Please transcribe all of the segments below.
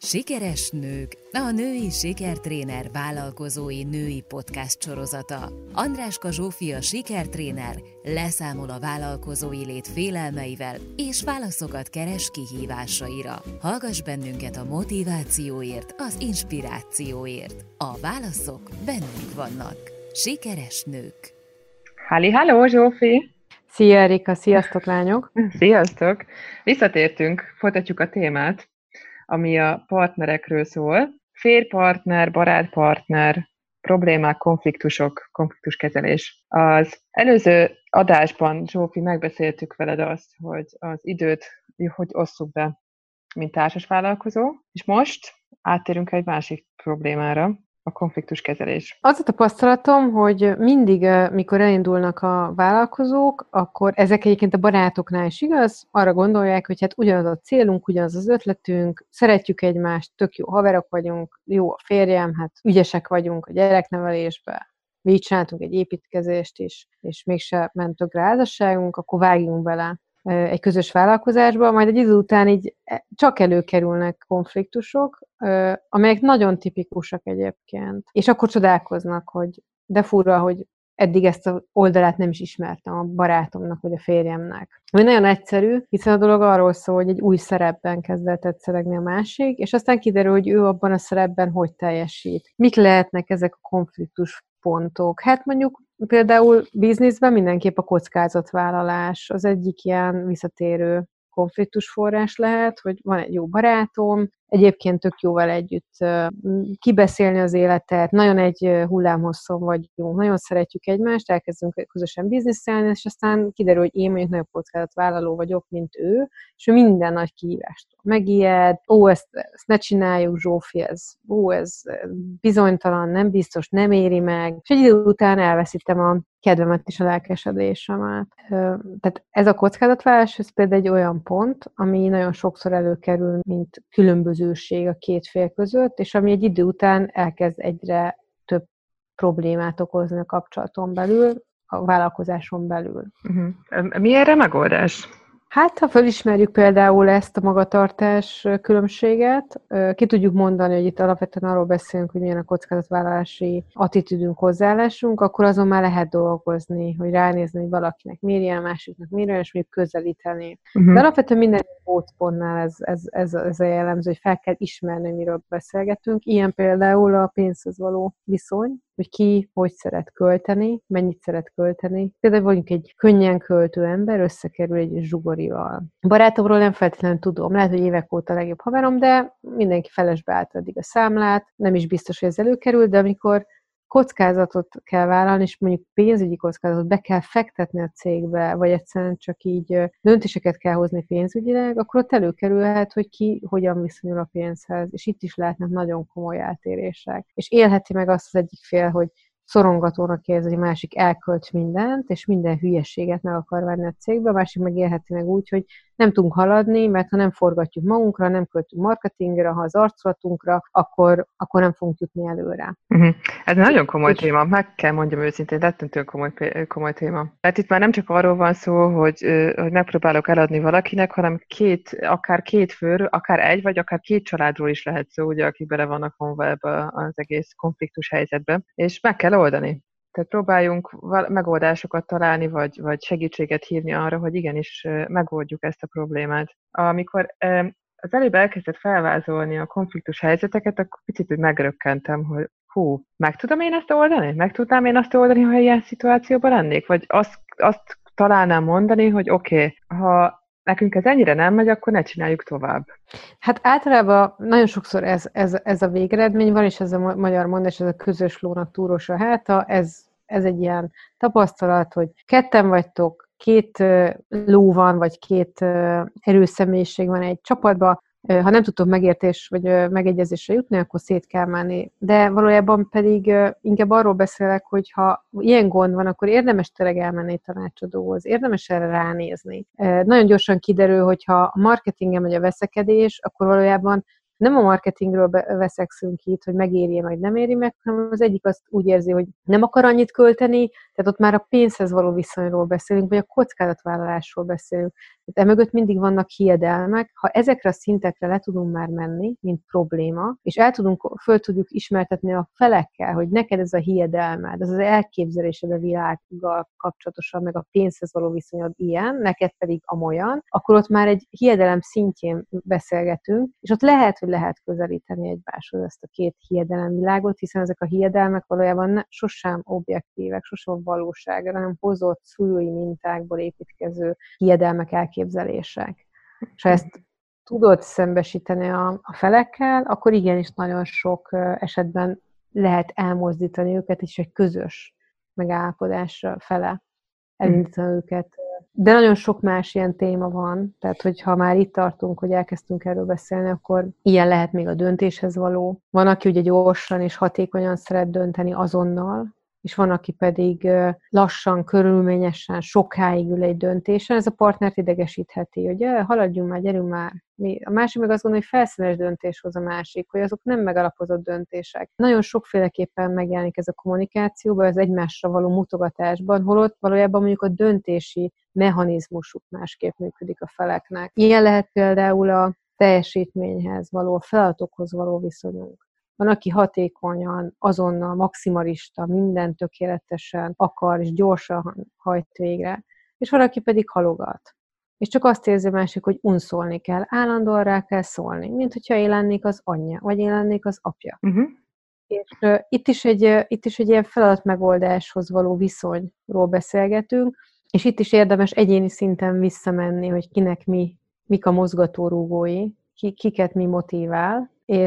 Sikeres nők, a női sikertréner vállalkozói női podcast sorozata. Andráska Zsófia sikertréner leszámol a vállalkozói lét félelmeivel és válaszokat keres kihívásaira. Hallgass bennünket a motivációért, az inspirációért. A válaszok bennünk vannak. Sikeres nők. Halló, Zsófi! Szia, Erika! Sziasztok, lányok! Sziasztok! Visszatértünk, folytatjuk a témát, ami a partnerekről szól. Férjpartner, barátpartner, problémák, konfliktusok, konfliktuskezelés. Az előző adásban, Zsófi, megbeszéltük veled azt, hogy az időt hogy osszuk be, mint társasvállalkozó, és most áttérünk egy másik problémára, a konfliktuskezelés. Az a tapasztalatom, hogy mindig, mikor elindulnak a vállalkozók, akkor ezek egyébként a barátoknál is igaz, arra gondolják, hogy hát ugyanaz a célunk, ugyanaz az ötletünk, szeretjük egymást, tök jó haverok vagyunk, jó a férjem, hát ügyesek vagyunk a gyereknevelésben, mi így csináltunk egy építkezést is, és mégse ment tökre házasságunk, akkor vágjunk bele egy közös vállalkozásba, majd egy idő után így csak előkerülnek konfliktusok, amelyek nagyon tipikusak egyébként. És akkor csodálkoznak, hogy de furra, hogy eddig ezt az oldalát nem is ismertem a barátomnak, vagy a férjemnek. Ami nagyon egyszerű, hiszen a dolog arról szól, hogy egy új szerepben kezd el tetszelegni a másik, és aztán kiderül, hogy ő abban a szerepben hogy teljesít. Mik lehetnek ezek a konfliktus pontok? Hát mondjuk például bizniszben mindenképp a kockázatvállalás az egyik ilyen visszatérő konfliktusforrás lehet, hogy van egy jó barátom, egyébként tök jóval együtt kibeszélni az életet, nagyon egy hullámhosszon vagyunk, nagyon szeretjük egymást, elkezdünk közösen bizniszelni, és aztán kiderül, hogy én mondjuk nagyobb kockázatvállaló vagyok, mint ő, és ő minden nagy kihívástól megijed, ezt ne csináljuk, Zsófi, ez bizonytalan, nem biztos, nem éri meg, és egy idő után elveszítem a kedvemet és a lelkesedésemet. Tehát ez a kockázatvállalás, ez például egy olyan pont, ami nagyon sokszor előkerül, mint különbözőség a két fél között, és ami egy idő után elkezd egyre több problémát okozni a kapcsolaton belül, a vállalkozáson belül. Mi erre megoldás? Hát, ha felismerjük például ezt a magatartás különbséget, ki tudjuk mondani, hogy itt alapvetően arról beszélünk, hogy milyen a kockázatvállalási attitűdünk, hozzáállásunk, akkor azon már lehet dolgozni, hogy ránézni, hogy valakinek miért ilyen, másiknak miért ilyen, és mondjuk közelíteni. De alapvetően minden módpontnál ez a jellemző, hogy fel kell ismerni, miről beszélgetünk. Ilyen például a pénzhez való viszony, hogy ki hogy szeret költeni, mennyit szeret költeni. Például vagyunk egy könnyen költő ember, összekerül egy zsugorival. A barátomról nem feltétlenül tudom, lehet, hogy évek óta a legjobb haverom, de mindenki felesbe állt eddig a számlát, nem is biztos, hogy ez előkerül, de amikor kockázatot kell vállalni, és mondjuk pénzügyi kockázatot be kell fektetni a cégbe, vagy egyszerűen csak így döntéseket kell hozni pénzügyileg, akkor ott előkerülhet, hogy ki hogyan viszonyul a pénzhez, és itt is lehetnek nagyon komoly eltérések. És élheti meg azt az egyik fél, hogy szorongatónak érzi, hogy a másik elkölt mindent, és minden hülyeséget meg akar venni a cégbe, a másik meg élheti meg úgy, hogy nem tudunk haladni, mert ha nem forgatjuk magunkra, nem költünk marketingre, ha az arculatunkra, akkor nem fogunk jutni előre. Ez nagyon komoly téma, meg kell mondjam őszintén, rettentően komoly téma. Tehát itt már nem csak arról van szó, hogy megpróbálok eladni valakinek, hanem akár két főről, akár egy, vagy akár két családról is lehet szó, ugye, akik bele vannak vonva ebbe az egész konfliktus helyzetbe, és meg kell oldani. Tehát próbáljunk megoldásokat találni, vagy segítséget hívni arra, hogy igenis megoldjuk ezt a problémát. Amikor az előbb elkezdett felvázolni a konfliktus helyzeteket, akkor picit úgy megrökkentem, hogy meg tudom én ezt oldani? Meg tudnám én azt oldani, ha ilyen szituációban lennék? Vagy azt találnám mondani, hogy oké, ha nekünk ez ennyire nem megy, akkor ne csináljuk tovább. Hát általában nagyon sokszor ez a végeredmény van, és ez a magyar mondás, ez a közös lónak túros a háta, ez egy ilyen tapasztalat, hogy ketten vagytok, két ló van, vagy két erőszemélyiség van egy csapatban, ha nem tudtok megértés vagy megegyezésre jutni, akkor szét kell menni. De valójában pedig inkább arról beszélek, hogy ha ilyen gond van, akkor érdemes tényleg elmenni tanácsadóhoz, érdemes erre ránézni. Nagyon gyorsan kiderül, hogyha a marketingen megy a veszekedés, akkor valójában nem a marketingről veszekszünk itt, hogy megéri vagy nem éri meg, hanem az egyik azt úgy érzi, hogy nem akar annyit költeni, tehát ott már a pénzhez való viszonyról beszélünk, vagy a kockázatvállalásról beszélünk. Tehát emögött mindig vannak hiedelmek. Ha ezekre a szintekre le tudunk már menni, mint probléma, és föl tudjuk ismertetni a felekkel, hogy neked ez a hiedelmed, ez az elképzelésed a világgal kapcsolatosan, meg a pénzhez való viszonyod ilyen, neked pedig amolyan, akkor ott már egy hiedelem szintjén beszélgetünk, és ott hogy lehet közelíteni egymáshoz ezt a két hiedelemvilágot, hiszen ezek a hiedelmek valójában sosem objektívek, sosem valóság, hanem hozott szülői mintákból építkező hiedelmek, elképzelések. És ha ezt tudod szembesíteni a felekkel, akkor igenis nagyon sok esetben lehet elmozdítani őket, és egy közös megállapodásra fele elindítani őket. De nagyon sok más ilyen téma van, tehát hogyha már itt tartunk, hogy elkezdtünk erről beszélni, akkor ilyen lehet még a döntéshez való. Van, aki ugye gyorsan és hatékonyan szeret dönteni azonnal, és van, aki pedig lassan, körülményesen, sokáig ül egy döntésen. Ez a partnert idegesítheti, hogy haladjunk már, gyerünk már. A másik meg azt gondolja, hogy felszínes döntés hoz a másik, hogy azok nem megalapozott döntések. Nagyon sokféleképpen megjelenik ez a kommunikációban, az egymásra való mutogatásban, holott valójában mondjuk a döntési mechanizmusuk másképp működik a feleknek. Ilyen lehet például a teljesítményhez való, a feladatokhoz való viszonyunk. Van, aki hatékonyan, azonnal, maximalista, minden tökéletesen akar, és gyorsan hajt végre, és van, aki pedig halogat. És csak azt érzi másik, hogy unszolni kell, állandóan rá kell szólni, mint hogyha én lennék az anyja, vagy én lennék az apja. És itt is egy ilyen feladatmegoldáshoz való viszonyról beszélgetünk, és itt is érdemes egyéni szinten visszamenni, hogy kinek mik a mozgatórugói, kiket mi motivál,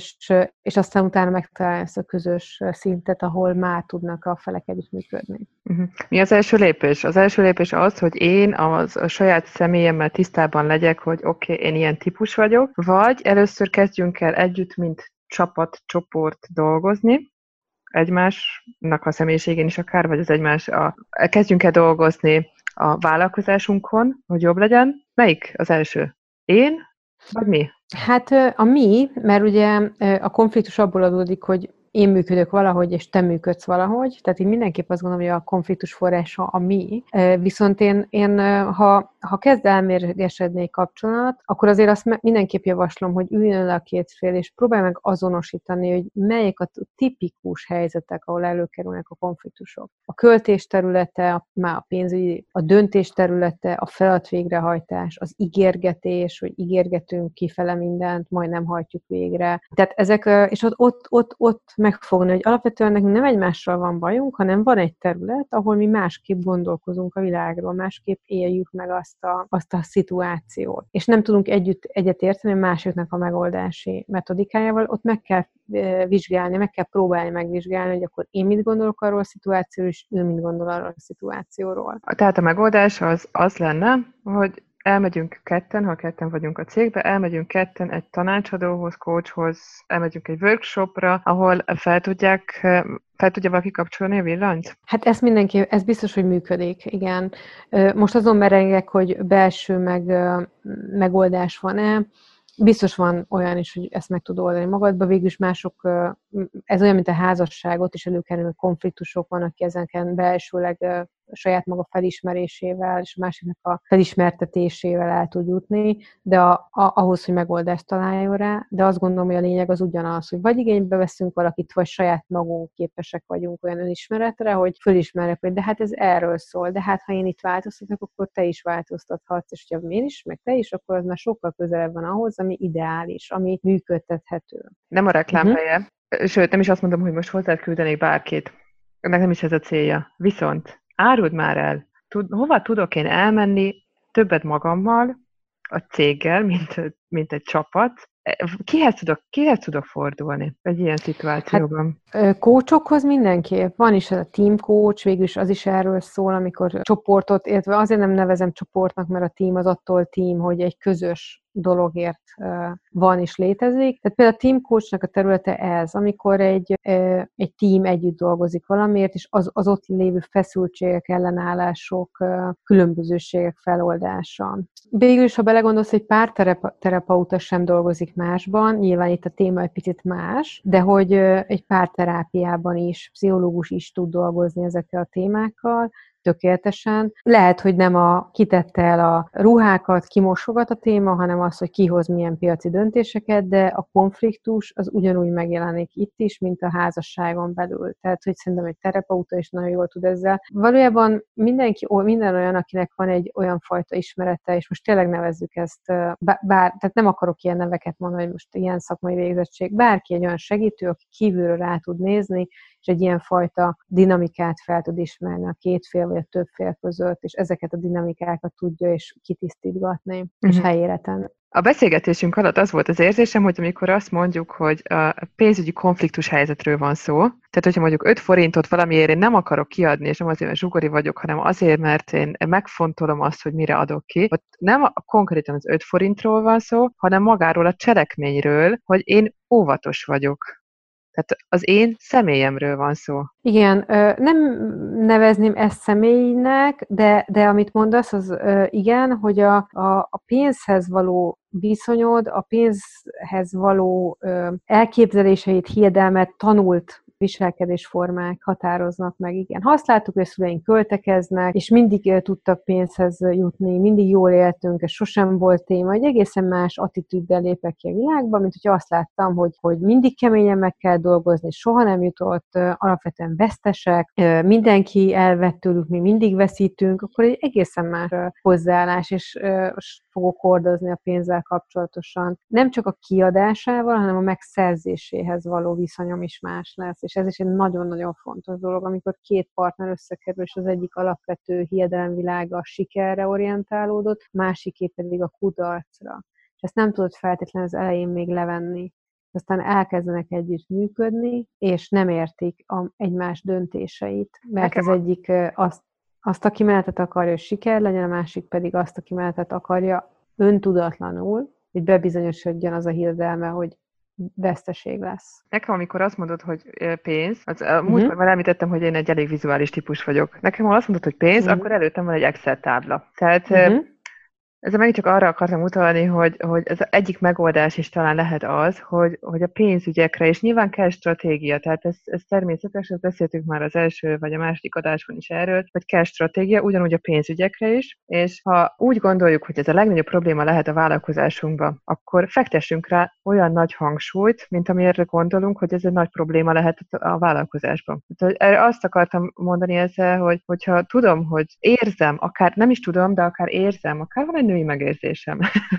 és aztán utána megtalálni ezt a közös szintet, ahol már tudnak a felek együttműködni. Mi az első lépés? Az első lépés az, hogy én a saját személyemmel tisztában legyek, hogy oké, én ilyen típus vagyok, vagy először kezdjünk el együtt, mint csapat, csoport dolgozni, egymásnak a személyiségén is akár, vagy kezdjünk el dolgozni a vállalkozásunkon, hogy jobb legyen. Melyik az első? Én, vagy mi? Hát a mi, mert ugye a konfliktus abból adódik, hogy én működök valahogy, és te működsz valahogy, tehát én mindenképp azt gondolom, hogy a konfliktus forrása a mi, viszont én ha kezd elmérgesedni egy kapcsolat, akkor azért azt mindenképp javaslom, hogy üljön le a két fél, és próbálj meg azonosítani, hogy melyik a tipikus helyzetek, ahol előkerülnek a konfliktusok. A költés területe, már a pénzügyi, a döntés területe, a feladat végrehajtás, az ígérgetés, hogy ígérgetünk kifele mindent, majd nem hajtjuk végre. Tehát ezek, és ott megfogni, hogy alapvetően nekünk nem egymással van bajunk, hanem van egy terület, ahol mi másképp gondolkozunk a világról, másképp éljük meg azt a szituációt. És nem tudunk egyet érteni a másiknak a megoldási metodikájával, ott meg kell vizsgálni, meg kell próbálni megvizsgálni, hogy akkor én mit gondolok arról a szituációról, és ő mit gondol arról a szituációról. Tehát a megoldás az lenne, hogy elmegyünk ketten, ha ketten vagyunk a cégbe, elmegyünk ketten egy tanácsadóhoz, coachhoz, elmegyünk egy workshopra, ahol fel tudja valaki kapcsolni a villanyt? Hát ez biztos, hogy működik, igen. Most azon merengek, hogy belső megoldás van-e. Biztos van olyan is, hogy ezt meg tud oldani magadba, végülis mások, ez olyan, mint a házasságot, és előkerülő konfliktusok van, aki ezeken belsőleg saját maga felismerésével, és a másiknak a felismertetésével el tud jutni, de ahhoz, hogy megoldást találjon rá, de azt gondolom, hogy a lényeg az ugyanaz, hogy vagy igénybe veszünk valakit, vagy saját magunk képesek vagyunk olyan önismeretre, hogy fölismerjük, hogy de hát ez erről szól, de hát ha én itt változtatok, akkor te is változtathatsz, és ha én is, meg te is, akkor az már sokkal közelebb van ahhoz, ami ideális, ami működtethető. Nem a reklámhelye, sőt, nem is azt mondom, hogy most hozzád küldenék bárkit. Ennek nem is ez a célja. Viszont áruld már el, hova tudok én elmenni többet magammal, a céggel, mint egy csapat. Kihez tudok fordulni egy ilyen szituációban? Hát, coachokhoz mindenképp. Van is ez a team coach, végülis az is erről szól, amikor csoportot, illetve azért nem nevezem csoportnak, mert a team az attól team, hogy egy közös dologért van és létezik. Tehát például a team coachnak a területe ez, amikor egy team együtt dolgozik valamiért, és az ott lévő feszültségek, ellenállások, különbözőségek feloldása. Végül is, ha belegondolsz, hogy párterapeuta sem dolgozik másban, nyilván itt a téma egy picit más, de hogy egy párterápiában is, pszichológus is tud dolgozni ezekkel a témákkal, tökéletesen. Lehet, hogy nem kitette el a ruhákat, kimosogat a téma, hanem az, hogy kihoz milyen piaci döntéseket, de a konfliktus az ugyanúgy megjelenik itt is, mint a házasságon belül. Tehát, hogy szerintem egy terapeuta is nagyon jól tud ezzel. Valójában minden olyan, akinek van egy olyan fajta ismerete, és most tényleg nevezzük ezt, tehát nem akarok ilyen neveket mondani, hogy most ilyen szakmai végzettség, bárki egy olyan segítő, aki kívülről rá tud nézni, és egy ilyen fajta dinamikát fel tud ismerni a két fél vagy a több fél között, és ezeket a dinamikákat tudja és kitisztítgatni, és helyére tenni. A beszélgetésünk alatt az volt az érzésem, hogy amikor azt mondjuk, hogy a pénzügyi konfliktus helyzetről van szó, tehát hogyha mondjuk 5 forintot valamiért én nem akarok kiadni, és nem azért, mert zsugori vagyok, hanem azért, mert én megfontolom azt, hogy mire adok ki, ott nem konkrétan az 5 forintról van szó, hanem magáról a cselekményről, hogy én óvatos vagyok. Tehát az én személyemről van szó. Igen, nem nevezném ezt személynek, de amit mondasz, az igen, hogy a pénzhez való viszonyod, a pénzhez való elképzeléseit, hiedelmet, tanult viselkedésformák határoznak meg, igen. Ha azt láttuk, hogy a szüleink költekeznek, és mindig tudtak pénzhez jutni, mindig jól éltünk, és sosem volt téma, hogy egészen más attitűddel lépek ki a világba, mint hogyha azt láttam, hogy mindig keményen meg kell dolgozni, soha nem jutott, alapvetően vesztesek, mindenki elvett tőlük, mi mindig veszítünk, akkor egy egészen más hozzáállás, és fogok hordozni a pénzzel kapcsolatosan. Nem csak a kiadásával, hanem a megszerzéséhez való viszonyom is más lesz. És ez is egy nagyon-nagyon fontos dolog, amikor két partner összekerül, és az egyik alapvető hiedelemvilága a sikerre orientálódott, másiké pedig a kudarcra. És ezt nem tudod feltétlenül az elején még levenni. Aztán elkezdenek együtt működni, és nem értik egymás döntéseit. Mert az egyik azt a kimenetet akarja, hogy siker legyen, a másik pedig azt a kimenetet akarja öntudatlanul, hogy bebizonyosodjon az a hiedelme, hogy veszteség lesz. Nekem, amikor azt mondod, hogy pénz, múltkor már említettem, hogy én egy elég vizuális típus vagyok. Nekem, ha azt mondod, hogy pénz, akkor előttem van egy Excel tábla. Tehát ezzel megint csak arra akartam utalni, hogy ez egyik megoldás is talán lehet az, hogy a pénzügyekre, és nyilván kell stratégia, tehát ez természetes, ezt beszéltünk már az első vagy a második adásban is erről, hogy kell stratégia, ugyanúgy a pénzügyekre is, és ha úgy gondoljuk, hogy ez a legnagyobb probléma lehet a vállalkozásunkban, akkor fektessünk rá olyan nagy hangsúlyt, mint amire gondolunk, hogy ez egy nagy probléma lehet a vállalkozásban. Tehát, erre azt akartam mondani ezzel, hogyha tudom, hogy érzem, akár nem is tudom, de akár érzem, akár van egy női megérzésem.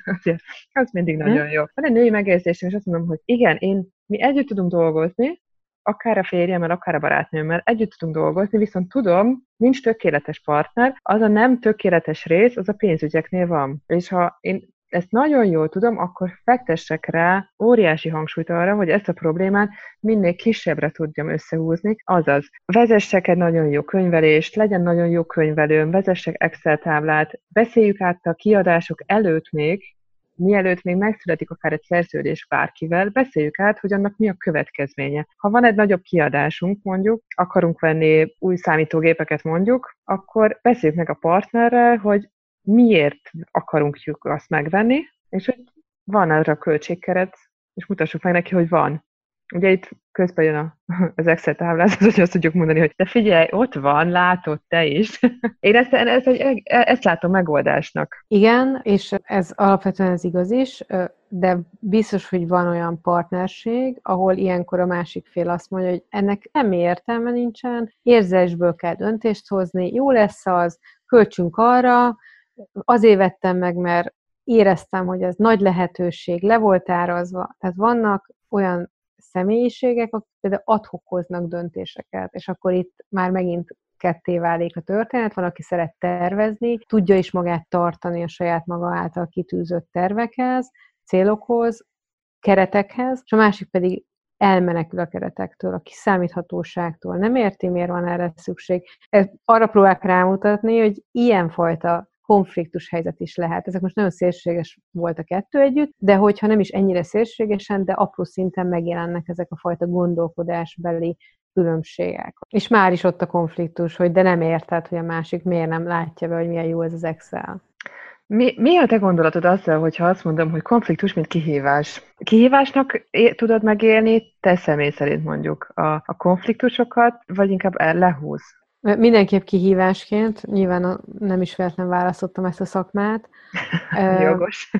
Az mindig nagyon jó. Van egy női megérzésem, és azt mondom, hogy igen, mi együtt tudunk dolgozni, akár a férjemmel, akár a barátnőmmel, együtt tudunk dolgozni, viszont tudom, nincs tökéletes partner, az a nem tökéletes rész, az a pénzügyeknél van. És ha én ezt nagyon jól tudom, akkor fektessek rá óriási hangsúlyt arra, hogy ezt a problémát minél kisebbre tudjam összehúzni. Azaz, vezessek egy nagyon jó könyvelést, legyen nagyon jó könyvelőm, vezessek Excel táblát, beszéljük át a kiadások előtt még, mielőtt még megszületik akár egy szerződés bárkivel, beszéljük át, hogy annak mi a következménye. Ha van egy nagyobb kiadásunk, mondjuk, akarunk venni új számítógépeket mondjuk, akkor beszéljük meg a partnerrel, hogy miért akarunk azt megvenni, és hogy van arra a költségkeret, és mutassuk meg neki, hogy van. Ugye itt közben jön az Excel táblázat, hogy azt tudjuk mondani, hogy de figyelj, ott van, látod te is. Én ezt látom megoldásnak. Igen, és ez alapvetően ez igaz is, de biztos, hogy van olyan partnerség, ahol ilyenkor a másik fél azt mondja, hogy ennek semmi értelme nincsen, érzésből kell döntést hozni, jó lesz az, költsünk arra, azért vettem meg, mert éreztem, hogy ez nagy lehetőség, le volt árazva. Tehát vannak olyan személyiségek, akik például ad-hoc hoznak döntéseket, és akkor itt már megint ketté válik a történet, van, aki szeret tervezni, tudja is magát tartani a saját maga által kitűzött tervekhez, célokhoz, keretekhez, és a másik pedig elmenekül a keretektől, a kiszámíthatóságtól, nem érti, miért van erre szükség. Arra próbálok rámutatni, hogy ilyenfajta konfliktus helyzet is lehet. Ezek most nagyon szélsőséges volt a kettő együtt, de hogyha nem is ennyire szélsőségesen, de apró szinten megjelennek ezek a fajta gondolkodásbeli különbségek. És már is ott a konfliktus, hogy de nem érted, hogy a másik miért nem látja be, hogy milyen jó ez az Excel. Mi a te gondolatod azzal, hogyha azt mondom, hogy konfliktus, mint kihívás? Kihívásnak tudod megélni te személy szerint mondjuk a konfliktusokat, vagy inkább lehúz? Mindenképp kihívásként, nyilván nem is véletlenül választottam ezt a szakmát. Jogos.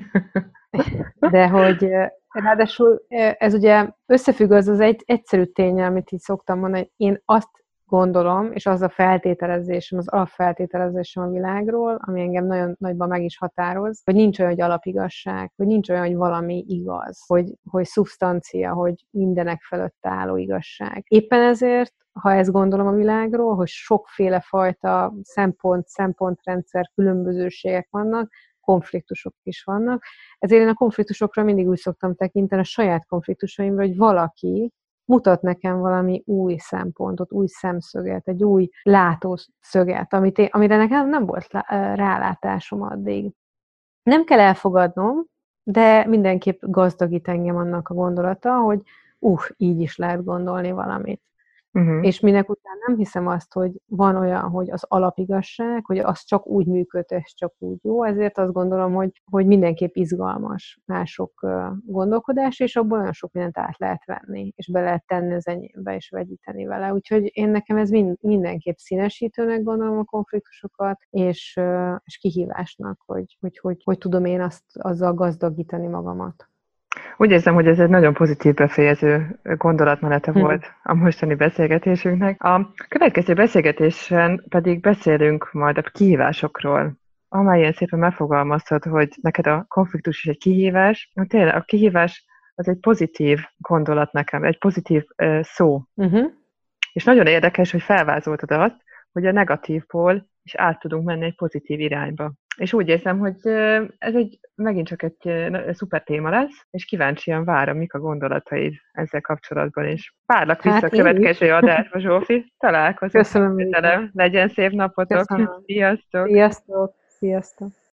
De hogy ráadásul ez ugye összefügg az egy egyszerű tényel, amit így szoktam mondani, hogy én azt gondolom, és az a feltételezésem, az alapfeltételezésem a világról, ami engem nagyon nagyban meg is határoz, hogy nincs olyan, hogy alapigazság, hogy nincs olyan, hogy valami igaz, hogy szubstancia, hogy mindenek fölött álló igazság. Éppen ezért, ha ezt gondolom a világról, hogy sokféle fajta szempontrendszer, különbözőségek vannak, konfliktusok is vannak. Ezért én a konfliktusokra mindig úgy szoktam tekinteni, a saját konfliktusaimra, hogy valaki mutat nekem valami új szempontot, új szemszöget, egy új látószöget, amire nekem nem volt rálátásom addig. Nem kell elfogadnom, de mindenképp gazdagít engem annak a gondolata, hogy így is lehet gondolni valamit. Uh-huh. És minek után nem hiszem azt, hogy van olyan, hogy az alapigazság, hogy az csak úgy működés, csak úgy jó, ezért azt gondolom, hogy mindenképp izgalmas mások gondolkodás, és abból olyan sok mindent át lehet venni, és be lehet tenni az enyémbe, és vegyíteni vele. Úgyhogy nekem ez mindenképp színesítőnek gondolom a konfliktusokat, és kihívásnak, hogy tudom én azzal gazdagítani magamat. Úgy érzem, hogy ez egy nagyon pozitív befejező gondolatmenete volt a mostani beszélgetésünknek. A következő beszélgetésen pedig beszélünk majd a kihívásokról, amelyen szépen megfogalmaztad, hogy neked a konfliktus is egy kihívás. Tényleg a kihívás az egy pozitív gondolat nekem, egy pozitív szó. Uh-huh. És nagyon érdekes, hogy felvázoltad azt, hogy a negatívból is át tudunk menni egy pozitív irányba. És úgy érzem, hogy ez megint csak egy szuper téma lesz, és kíváncsian várom, mik a gondolataid ezzel kapcsolatban is. Várlak vissza a következő adásba, Zsófi. Találkozunk. Köszönöm. Legyen szép napotok. Köszönöm. Sziasztok. Sziasztok. Sziasztok.